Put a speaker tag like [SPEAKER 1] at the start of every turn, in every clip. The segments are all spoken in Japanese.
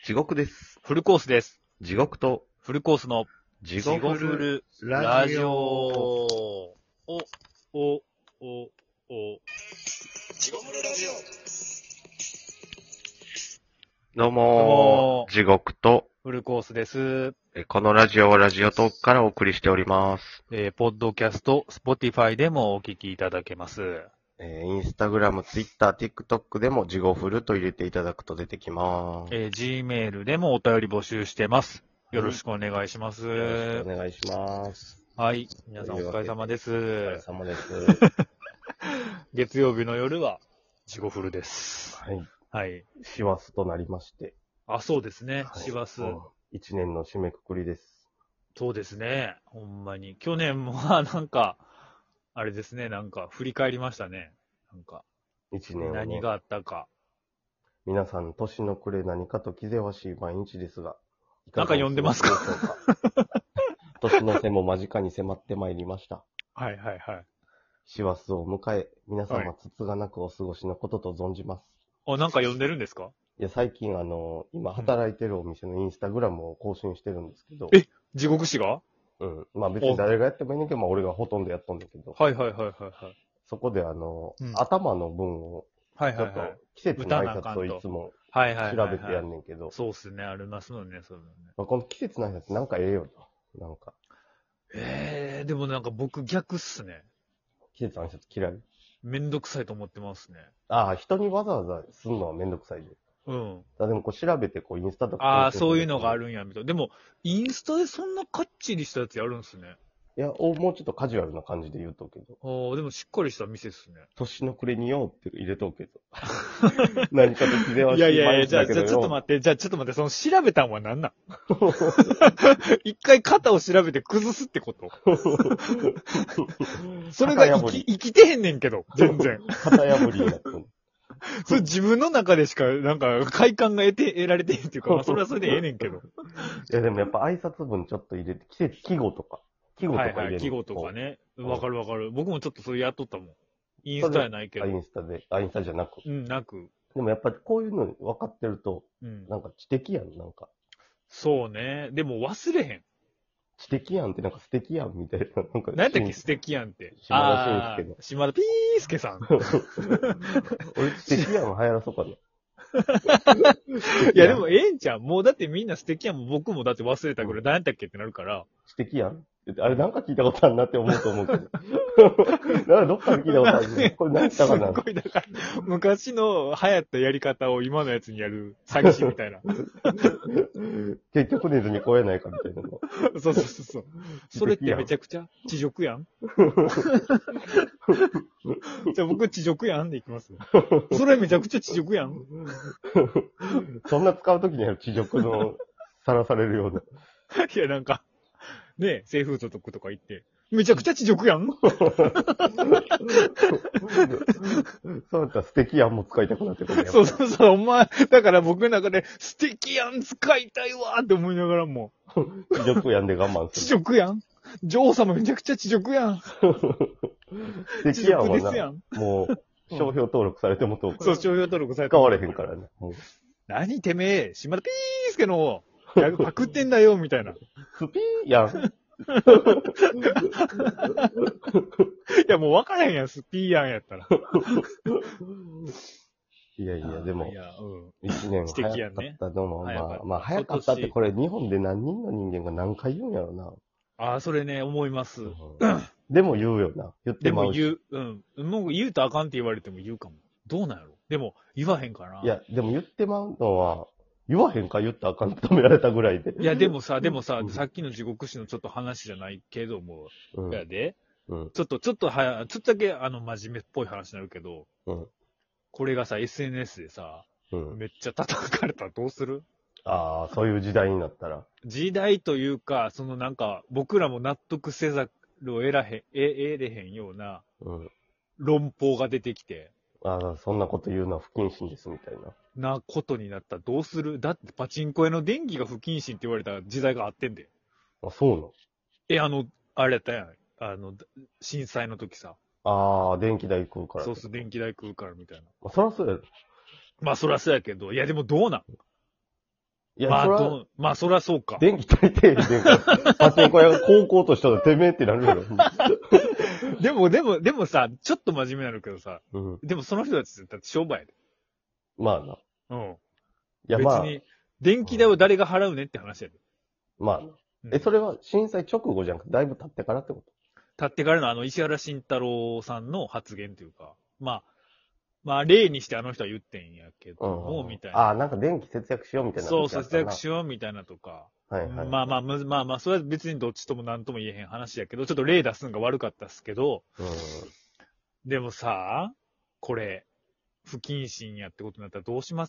[SPEAKER 1] 地獄です。
[SPEAKER 2] フルコースです。
[SPEAKER 1] 地獄と
[SPEAKER 2] フルコースの
[SPEAKER 1] 地
[SPEAKER 2] 獄
[SPEAKER 1] 獄
[SPEAKER 2] フル
[SPEAKER 1] ラ
[SPEAKER 2] ラジ
[SPEAKER 1] ジオ。
[SPEAKER 2] オ。お、お、お。
[SPEAKER 3] 地獄ラジオ。
[SPEAKER 1] どう
[SPEAKER 2] どうも
[SPEAKER 1] も地獄と
[SPEAKER 2] フルコースです。
[SPEAKER 1] このラジオはラジオトークからお送りしております。
[SPEAKER 2] ポッドキャスト、スポティファイでもお聞きいただけます。
[SPEAKER 1] インスタグラム、ツイッター、TikTok でも地獄フルと入れていただくと出てきます。
[SPEAKER 2] Gmail でもお便り募集してます。よろしくお願いします。
[SPEAKER 1] よろしくお願いします。
[SPEAKER 2] はい。皆さんお疲れ様です。
[SPEAKER 1] お疲れ様です。
[SPEAKER 2] 月曜日の夜は地獄フルです。
[SPEAKER 1] はい。
[SPEAKER 2] はい。
[SPEAKER 1] 師走となりまして。
[SPEAKER 2] あ、そうですね。
[SPEAKER 1] はい
[SPEAKER 2] 師走。
[SPEAKER 1] 一年の締めくくりです。
[SPEAKER 2] そうですね。ほんまに。去年はなんか、あれですね。なんか振り返りましたね。なんか、
[SPEAKER 1] 一年をね、
[SPEAKER 2] 何があったか。
[SPEAKER 1] 皆さん、年の暮れ何かと気ぜわしい毎日ですが、
[SPEAKER 2] なんか読んでますか？
[SPEAKER 1] いがお過ごしでしょうか。年の瀬も間近に迫ってまいりました。
[SPEAKER 2] はいはいはい。
[SPEAKER 1] 師走を迎え、皆
[SPEAKER 2] は
[SPEAKER 1] 様つつがなくお過ごしのことと存じます。
[SPEAKER 2] あ、なんか読んでるんですか？
[SPEAKER 1] いや、最近今働いてるお店のインスタグラムを更新してるんですけど、
[SPEAKER 2] 地獄師が？
[SPEAKER 1] うん。まあ別に誰がやってもいいねんけど、まあ俺がほとんどやっとんだけど、
[SPEAKER 2] はいはいはいはいはい。
[SPEAKER 1] そこで
[SPEAKER 2] ん
[SPEAKER 1] 頭の文を、ちょっと
[SPEAKER 2] はいはいはい。
[SPEAKER 1] 季節の挨拶をいつも
[SPEAKER 2] はいはいはい、はい。
[SPEAKER 1] 調べてやんねんけど、
[SPEAKER 2] そうっすね。ありますのね、そうだね。
[SPEAKER 1] まあこの季節の挨拶なんかええよと。なんか、
[SPEAKER 2] でもなんか僕逆っすね。
[SPEAKER 1] 季節の挨拶嫌い。
[SPEAKER 2] めんどくさいと思ってますね。
[SPEAKER 1] ああ、人にわざわざすんのはめんどくさいで。
[SPEAKER 2] うん。
[SPEAKER 1] でもこう調べてこうインスタとか
[SPEAKER 2] ああ、そういうのがあ
[SPEAKER 1] る。
[SPEAKER 2] るんや、みたいな。でも、インスタでそんなかっちりしたやつやるんすね。
[SPEAKER 1] いや、もうちょっとカジュアルな感じで言うとうけど。
[SPEAKER 2] ああ、でもしっかりした店っすね。
[SPEAKER 1] 年の暮れにようって入れとうけど。何かと気ぜわしい
[SPEAKER 2] いやいやいや、じゃあ、
[SPEAKER 1] 毎日だけどよ。
[SPEAKER 2] ちょっと待って、その調べたんは何なん？一回肩を調べて崩すってことそれが生きてへんねんけど、全然。
[SPEAKER 1] 型破りになってる。
[SPEAKER 2] それ自分の中でしか、なんか、快感が得られてへんっていうか、まあ、それはそれでええねんけど。
[SPEAKER 1] いや、でもやっぱ挨拶文ちょっと入れて、季節、季語とか入れる。
[SPEAKER 2] はいはい、季語とかね。
[SPEAKER 1] ん
[SPEAKER 2] わかるわかる。僕もちょっとそれやっとったもん。インスタやないけど。
[SPEAKER 1] インスタじゃなく。
[SPEAKER 2] うん、なく。
[SPEAKER 1] でもやっぱりこういうの分かってると、
[SPEAKER 2] うん。
[SPEAKER 1] なんか知的やん、なんか。
[SPEAKER 2] そうね。でも忘れへん。
[SPEAKER 1] 知的やんってなんか素敵やんみたいな。なんか
[SPEAKER 2] 何やったっけ素敵やんって。
[SPEAKER 1] 島田紳介の。
[SPEAKER 2] 島田ピースケさん。
[SPEAKER 1] 俺知的やん流行らそうかな。
[SPEAKER 2] いやでもええんちゃん。もうだってみんな素敵やんも僕もだって忘れたぐらい何やったっけってなるから。
[SPEAKER 1] 知的やんあれなんか聞いたことあるなって思うと思うけど。なんかどっかで聞いたことあるね。これ何したかな
[SPEAKER 2] すっごいだから、昔の流行ったやり方を今のやつにやる詐欺師みたいな。
[SPEAKER 1] 結局ネズミ超えないかみたいなの。
[SPEAKER 2] そう。それってめちゃくちゃ地獄やんじゃあ僕地獄やんでいきます。それめちゃくちゃ地獄やん
[SPEAKER 1] そんな使うときには地獄のさらされるような。
[SPEAKER 2] いやなんか、ねえ、西風俗とか行って、めちゃくちゃ地獄やん
[SPEAKER 1] そうやったら素敵やんも使いたくなってくるね。
[SPEAKER 2] そう、お前、だから僕の中で素敵やん使いたいわーって思いながらも。
[SPEAKER 1] 地獄やんで我慢
[SPEAKER 2] 地
[SPEAKER 1] する。
[SPEAKER 2] 獄やん女王様めちゃくちゃ地獄やん
[SPEAKER 1] 素敵やんはな、
[SPEAKER 2] 地獄ですやん
[SPEAKER 1] もう、商標登録されてもと
[SPEAKER 2] そう、商標登録され
[SPEAKER 1] 使われへんからね。もう
[SPEAKER 2] 何てめえ、島田ピースケの、パクってんだよ、みたいな。い
[SPEAKER 1] スピーやん。
[SPEAKER 2] や、もう分からへんやん、スピーやんやったら。
[SPEAKER 1] いやいや、でも
[SPEAKER 2] い、や、
[SPEAKER 1] 一年
[SPEAKER 2] 素敵や
[SPEAKER 1] 早か
[SPEAKER 2] んね
[SPEAKER 1] ったのも、
[SPEAKER 2] 早かった
[SPEAKER 1] まあ早かったってこれ日本で何人の人間が何回言うんやろな。
[SPEAKER 2] ああ、それね、思います。
[SPEAKER 1] でも言うよな。言って
[SPEAKER 2] で
[SPEAKER 1] まうし。
[SPEAKER 2] も言う、もう言うとあかんって言われても言うかも。どうなんやろでも、言わへんかな。
[SPEAKER 1] いや、でも言ってまうのは、言わへんか言ったらあかんと止められたぐらいで。
[SPEAKER 2] いや、でもさ、
[SPEAKER 1] うん
[SPEAKER 2] さっきの地獄師のちょっと話じゃないけども、
[SPEAKER 1] うん。
[SPEAKER 2] やで、
[SPEAKER 1] うん。
[SPEAKER 2] ちょっとだけ真面目っぽい話になるけど、
[SPEAKER 1] うん。
[SPEAKER 2] これがさ、SNS でさ、
[SPEAKER 1] うん。
[SPEAKER 2] めっちゃ叩かれたらどうする？
[SPEAKER 1] ああ、そういう時代になったら。
[SPEAKER 2] 時代というか、そのなんか、僕らも納得せざるを得れへんような
[SPEAKER 1] うん。
[SPEAKER 2] 論法が出てきて、
[SPEAKER 1] ああ、そんなこと言うのは不謹慎ですみたいな。
[SPEAKER 2] なことになったらどうする？だってパチンコ屋の電気が不謹慎って言われた時代があってんで。
[SPEAKER 1] あ、そうなの？
[SPEAKER 2] あれやったやん。震災の時さ。
[SPEAKER 1] ああ、電気代食うから。
[SPEAKER 2] そうす、電気代食うからみたいな。
[SPEAKER 1] まあ、そらそうやろ。
[SPEAKER 2] まあそらそうやけど、いやでもどうなん？
[SPEAKER 1] いや、
[SPEAKER 2] まあ、
[SPEAKER 1] そら、
[SPEAKER 2] まあ、そらそうか。
[SPEAKER 1] 電気足りてへんねんから。パチンコ屋が高校としたらてめえってなるやろ。
[SPEAKER 2] でもさ、ちょっと真面目になるけどさ、
[SPEAKER 1] うん。
[SPEAKER 2] でもその人たちだって商売やで。
[SPEAKER 1] まあな。
[SPEAKER 2] うん。
[SPEAKER 1] いや、まあ、
[SPEAKER 2] 別に、電気代を誰が払うねって話やで。
[SPEAKER 1] まあな。
[SPEAKER 2] うん
[SPEAKER 1] それは震災直後じゃなくて、だいぶ経ってからってこと？
[SPEAKER 2] 経ってからの石原慎太郎さんの発言というか、まあ、例にしてあの人は言ってんやけども、みたいな。
[SPEAKER 1] ああ、なんか電気節約しようみたいな。
[SPEAKER 2] そう、節約しようみたいなとか。
[SPEAKER 1] はいはい。
[SPEAKER 2] まあ、それは別にどっちとも何とも言えへん話やけど、ちょっと例出すんが悪かったっすけど、
[SPEAKER 1] う
[SPEAKER 2] でもさ、これ、不謹慎やってことになったらどうします？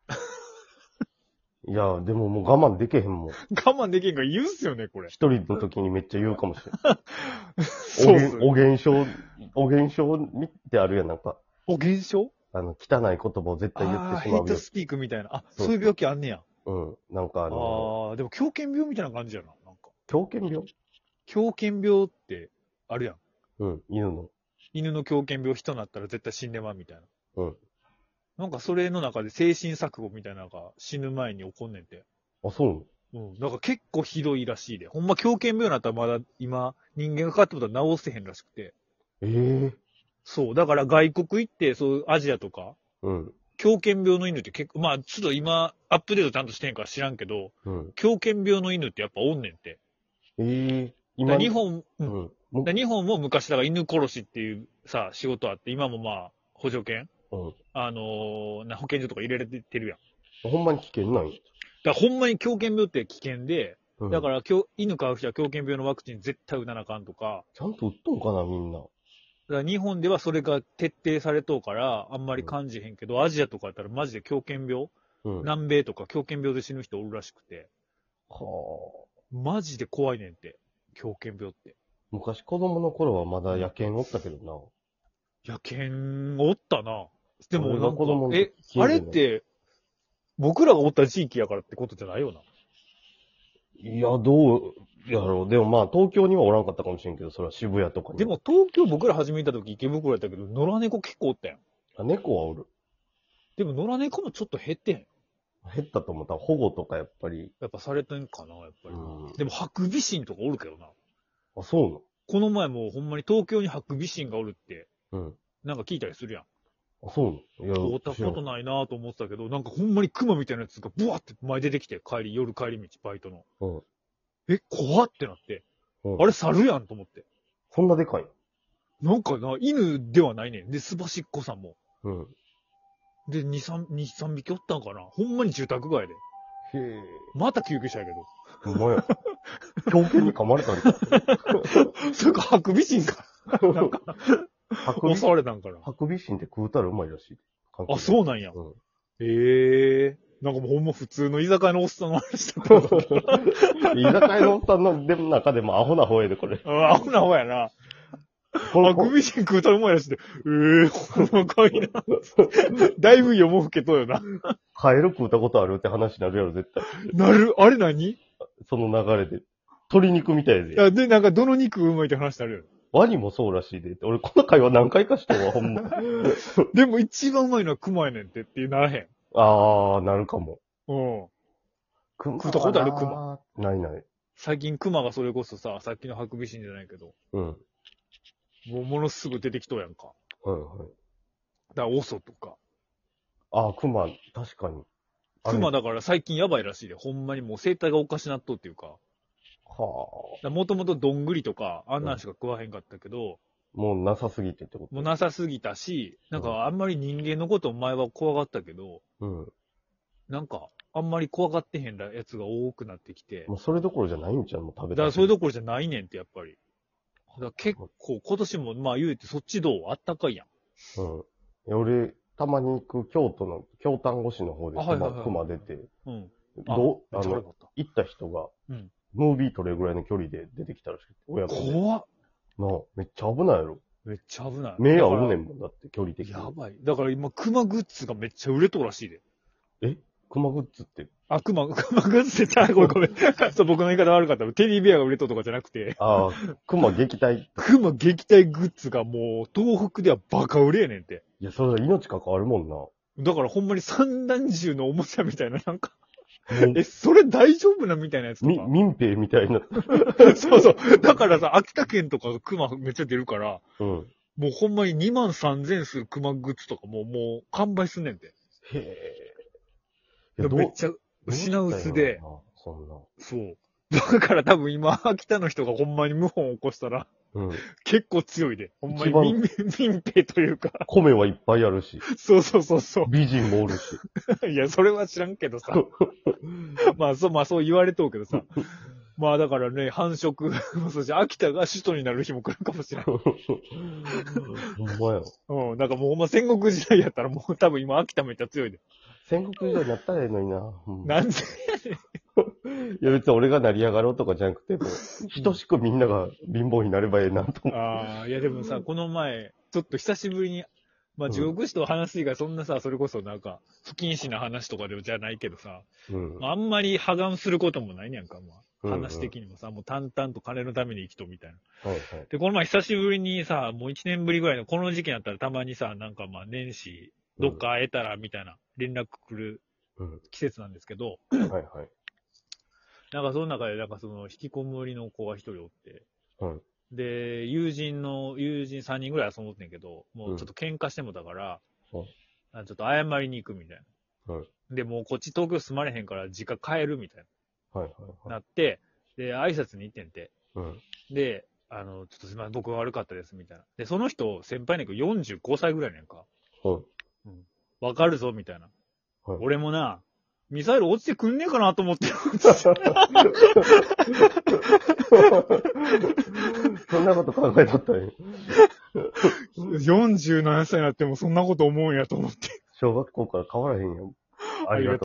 [SPEAKER 1] ん。いや、でももう我慢できへんもん。
[SPEAKER 2] 我慢できんから言うっすよね、これ。
[SPEAKER 1] 一人の時にめっちゃ言うかもしれ
[SPEAKER 2] そうっす
[SPEAKER 1] ん。お現象見てあるやん、なんか。
[SPEAKER 2] お、現象
[SPEAKER 1] 汚い言葉を絶対言
[SPEAKER 2] ああ、
[SPEAKER 1] ってしまうよ。
[SPEAKER 2] ヘイトスピークみたいな。あ、
[SPEAKER 1] そう
[SPEAKER 2] そういう病気あんねや。
[SPEAKER 1] うん。なんか
[SPEAKER 2] ああ、でも狂犬病みたいな感じやな。なんか。
[SPEAKER 1] 狂犬病
[SPEAKER 2] 狂犬病って、あるやん。
[SPEAKER 1] うん、犬の。
[SPEAKER 2] 犬の狂犬病人になったら絶対死んでまうみたいな。
[SPEAKER 1] うん。
[SPEAKER 2] なんかそれの中で精神錯誤みたいなのが死ぬ前に起こんねんて。
[SPEAKER 1] あ、そう
[SPEAKER 2] なんか結構ひどいらしいで。ほんま狂犬病になったらまだ今人間がかかってことは治せへんらしくて。
[SPEAKER 1] ええ
[SPEAKER 2] そう。だから外国行って、そういうアジアとか、
[SPEAKER 1] うん。
[SPEAKER 2] 狂犬病の犬って結構、まあちょっと今アップデートちゃんとしてんから知らんけど、
[SPEAKER 1] うん。
[SPEAKER 2] 狂犬病の犬ってやっぱおんねんて。
[SPEAKER 1] ええ
[SPEAKER 2] だから日本、
[SPEAKER 1] う
[SPEAKER 2] うん
[SPEAKER 1] ん。も
[SPEAKER 2] だから日本も昔だから犬殺しっていうさ、仕事あって、今もまあ補助犬
[SPEAKER 1] うん。
[SPEAKER 2] 保健所とか入れられてるやん。
[SPEAKER 1] ほんまに危険なんや。
[SPEAKER 2] だからほんまに狂犬病って危険で、
[SPEAKER 1] うん。
[SPEAKER 2] だから犬飼う人は狂犬病のワクチン絶対打たなあかんとか、
[SPEAKER 1] ちゃんと打っとんかな、みんな。
[SPEAKER 2] だから日本ではそれが徹底されとうから、あんまり感じへんけど、アジアとかやったらマジで狂犬病、
[SPEAKER 1] うん。は
[SPEAKER 2] 南米とか狂犬病で死ぬ人おるらしくて、
[SPEAKER 1] あ。
[SPEAKER 2] マジで怖いねんって、狂犬病って。
[SPEAKER 1] 昔子供の頃はまだ野犬おったけど
[SPEAKER 2] 野犬おったな。でも
[SPEAKER 1] 俺
[SPEAKER 2] なんか
[SPEAKER 1] が子供の、時
[SPEAKER 2] あれって、僕らがおった地域やからってことじゃないよな。
[SPEAKER 1] な。いや、どうやろう。でもまあ、東京にはおらんかったかもしれんけど、それは渋谷とかに。
[SPEAKER 2] でも、東京僕ら初めた時池袋やったけど、野良猫結構おったやん。
[SPEAKER 1] あ、猫はおる。
[SPEAKER 2] でも野良猫もちょっと減ってへん。
[SPEAKER 1] 減ったと思ったら保護とかやっぱり。
[SPEAKER 2] やっぱされてんかな、やっぱり。
[SPEAKER 1] うん。
[SPEAKER 2] でもハクビシンとかおるけどな。
[SPEAKER 1] あ、そ
[SPEAKER 2] この前もうほんまに東京にハクビシンがおるって、
[SPEAKER 1] うなの？うん。
[SPEAKER 2] なんか聞いたりするやん。
[SPEAKER 1] あ、そうなの？いや、
[SPEAKER 2] 会ったことないなと思ってたけど、なんかほんまにクマみたいなやつがブワーって前出てきて、夜帰り道、バイトの。
[SPEAKER 1] うん。
[SPEAKER 2] 怖ってなって。
[SPEAKER 1] うん。
[SPEAKER 2] あれ猿やんと思って。
[SPEAKER 1] そんなでかい
[SPEAKER 2] なんかな、犬ではないねん。で、スバシッコさんも。
[SPEAKER 1] の？うん。
[SPEAKER 2] で、2、3匹おったんかな。ほんまに住宅街で。
[SPEAKER 1] へえ。
[SPEAKER 2] また救急車やけど。
[SPEAKER 1] ほんまや。狂犬に噛まれたんか。
[SPEAKER 2] それかハクビシンか。なんか、
[SPEAKER 1] ハクビ
[SPEAKER 2] 襲われたんかな。
[SPEAKER 1] ハクビシンって食うたらうまいらしい。
[SPEAKER 2] あ、そうなんや。
[SPEAKER 1] うん。
[SPEAKER 2] なんかもうほんま普通の居酒屋のおっさんの話だった。
[SPEAKER 1] 居酒屋のおっさんの中でもアホな方やで、これ。
[SPEAKER 2] アホな方やな。
[SPEAKER 1] こ
[SPEAKER 2] ハクビシン食うたらうまいらしいで。細かいな。だいぶ読もうふけとよな。
[SPEAKER 1] カエル食うたことあるって話になるやろ、絶対。
[SPEAKER 2] あれ何？
[SPEAKER 1] その流れで。鶏肉みたいで。
[SPEAKER 2] で、なんかどの肉うまいって話になるよ。
[SPEAKER 1] ワニもそうらしいで。俺、この会話何回かしてるわ、ほんま。
[SPEAKER 2] でも一番うまいのはクマやねんってならへん。
[SPEAKER 1] あー、なるかも。
[SPEAKER 2] うん。
[SPEAKER 1] クマ
[SPEAKER 2] 食うたことあるクマ
[SPEAKER 1] ないない。
[SPEAKER 2] 最近クマがそれこそさ、さっきのハクビシンじゃないけど、
[SPEAKER 1] うん。
[SPEAKER 2] もうものすぐ出てきとうやんか。
[SPEAKER 1] はいはい。
[SPEAKER 2] だからオソとか。
[SPEAKER 1] あー、クマ、確かに。
[SPEAKER 2] クマだから最近やばいらしいで。ほんまにもう生態がおかしなっとうっていうか。
[SPEAKER 1] は
[SPEAKER 2] もともとどんぐりとか、あんなんしか食わへんかったけど、
[SPEAKER 1] あ。もうなさすぎてってこと？
[SPEAKER 2] もうなさすぎたし、なんかあんまり人間のことお前は怖がったけど、
[SPEAKER 1] うん。
[SPEAKER 2] なんかあんまり怖がってへんやつが多くなってきて、
[SPEAKER 1] もうそれどころじゃないんじゃん、もう食べた
[SPEAKER 2] だからそれどころじゃないねんってやっぱり。だから結構今年もまあ言うてそっちどうあったかいやん。
[SPEAKER 1] うん。いや俺、たまに行く京都の京丹後市の方で
[SPEAKER 2] あはいはいはい
[SPEAKER 1] クマ出て、
[SPEAKER 2] うん。
[SPEAKER 1] あの
[SPEAKER 2] めっちゃ悪かった。
[SPEAKER 1] 行った人が、
[SPEAKER 2] うん
[SPEAKER 1] ムービー撮れるぐらいの距離で出てきたらしくて、親子で。
[SPEAKER 2] 怖っ。
[SPEAKER 1] なあ、めっちゃ危ないやろ。
[SPEAKER 2] めっちゃ危ない。
[SPEAKER 1] 目合うね
[SPEAKER 2] ん。
[SPEAKER 1] んもん、だって距離的に。
[SPEAKER 2] やばい。だから今、クマグッズがめっちゃ売れとるらしいで。
[SPEAKER 1] クマグッズって。
[SPEAKER 2] クマグッズってさ、ごめん。そう、僕の言い方悪かった。テディベアが売れとるとかじゃなくて、
[SPEAKER 1] ああ、クマ撃退。
[SPEAKER 2] クマ撃退グッズがもう、東北ではバカ売れやねんて。
[SPEAKER 1] いや、それは命関わるもんな。
[SPEAKER 2] だからほんまに散弾銃のおもちゃみたいな、なんか、 それ大丈夫なみたいなやつとか。
[SPEAKER 1] 民兵みたいな。
[SPEAKER 2] そうそう。だからさ、秋田県とか熊めっちゃ出るから、
[SPEAKER 1] うん。
[SPEAKER 2] もうほんまに2万3000する熊グッズとかもう完売すんねんて。
[SPEAKER 1] へ
[SPEAKER 2] めっちゃ品薄で。
[SPEAKER 1] そんな。
[SPEAKER 2] そう。だから多分今、秋田の人がほんまに謀反を起こしたら、
[SPEAKER 1] うん。
[SPEAKER 2] 結構強いで。ほんまに民兵というか。
[SPEAKER 1] 米はいっぱいあるし。
[SPEAKER 2] そうそうそうそう。
[SPEAKER 1] 美人もおるし。
[SPEAKER 2] いや、それは知らんけどさ。まあそう言われとうけどさ。まあだからね、繁殖もそうし、秋田が首都になる日も来るかもしれない。
[SPEAKER 1] ほんまや。
[SPEAKER 2] うん。なんかもうほんま戦国時代やったらもう多分今秋田めっちゃ強いで。
[SPEAKER 1] 戦国時代になったらええのにな。
[SPEAKER 2] なんで
[SPEAKER 1] いや別に俺が成り上がろうとかじゃなくても、等しくみんなが貧乏になればええなと思う。
[SPEAKER 2] ああ、いやでもさ、この前、ちょっと久しぶりに、まあ地獄師と話す以外そんなさ、それこそなんか、不謹慎な話とかでじゃないけどさ、
[SPEAKER 1] うん。
[SPEAKER 2] あんまり破顔することもないねやんか、まあ。
[SPEAKER 1] うんうん
[SPEAKER 2] 話的にもさ、もう淡々と金のために生きとみたいな。
[SPEAKER 1] はいはい。
[SPEAKER 2] で、この前久しぶりにさ、もう1年ぶりぐらいのこの時期になったらたまにさ、なんかまあ年始、どっか会えたらみたいな連絡来る
[SPEAKER 1] うん。
[SPEAKER 2] 季節なんですけど、
[SPEAKER 1] はいはい。
[SPEAKER 2] なんかその中でなんかその引きこもりの子が一人おって、
[SPEAKER 1] はい。
[SPEAKER 2] で、友人3人ぐらい遊んどってんけど、もうちょっと喧嘩してもたから、
[SPEAKER 1] うん
[SPEAKER 2] ちょっと謝りに行くみたいな。
[SPEAKER 1] はい。
[SPEAKER 2] で、もうこっち東京住まれへんから実家帰るみたい
[SPEAKER 1] はいはい
[SPEAKER 2] な。
[SPEAKER 1] はい。
[SPEAKER 2] なって、で、挨拶に行ってんて。
[SPEAKER 1] うん。
[SPEAKER 2] で、ちょっとすみません、僕が悪かったですみたいな。で、その人、先輩ねんけど45歳ぐらいねんか。
[SPEAKER 1] はい。
[SPEAKER 2] わかるぞみたいな。
[SPEAKER 1] はい。
[SPEAKER 2] 俺もな、ミサイル落ちてくんねえかなと思ってる。
[SPEAKER 1] そんなこと考えとったんや。
[SPEAKER 2] 47歳になってもそんなこと思うんやと思って。
[SPEAKER 1] 小学校から変わらへんやん。ありがとう。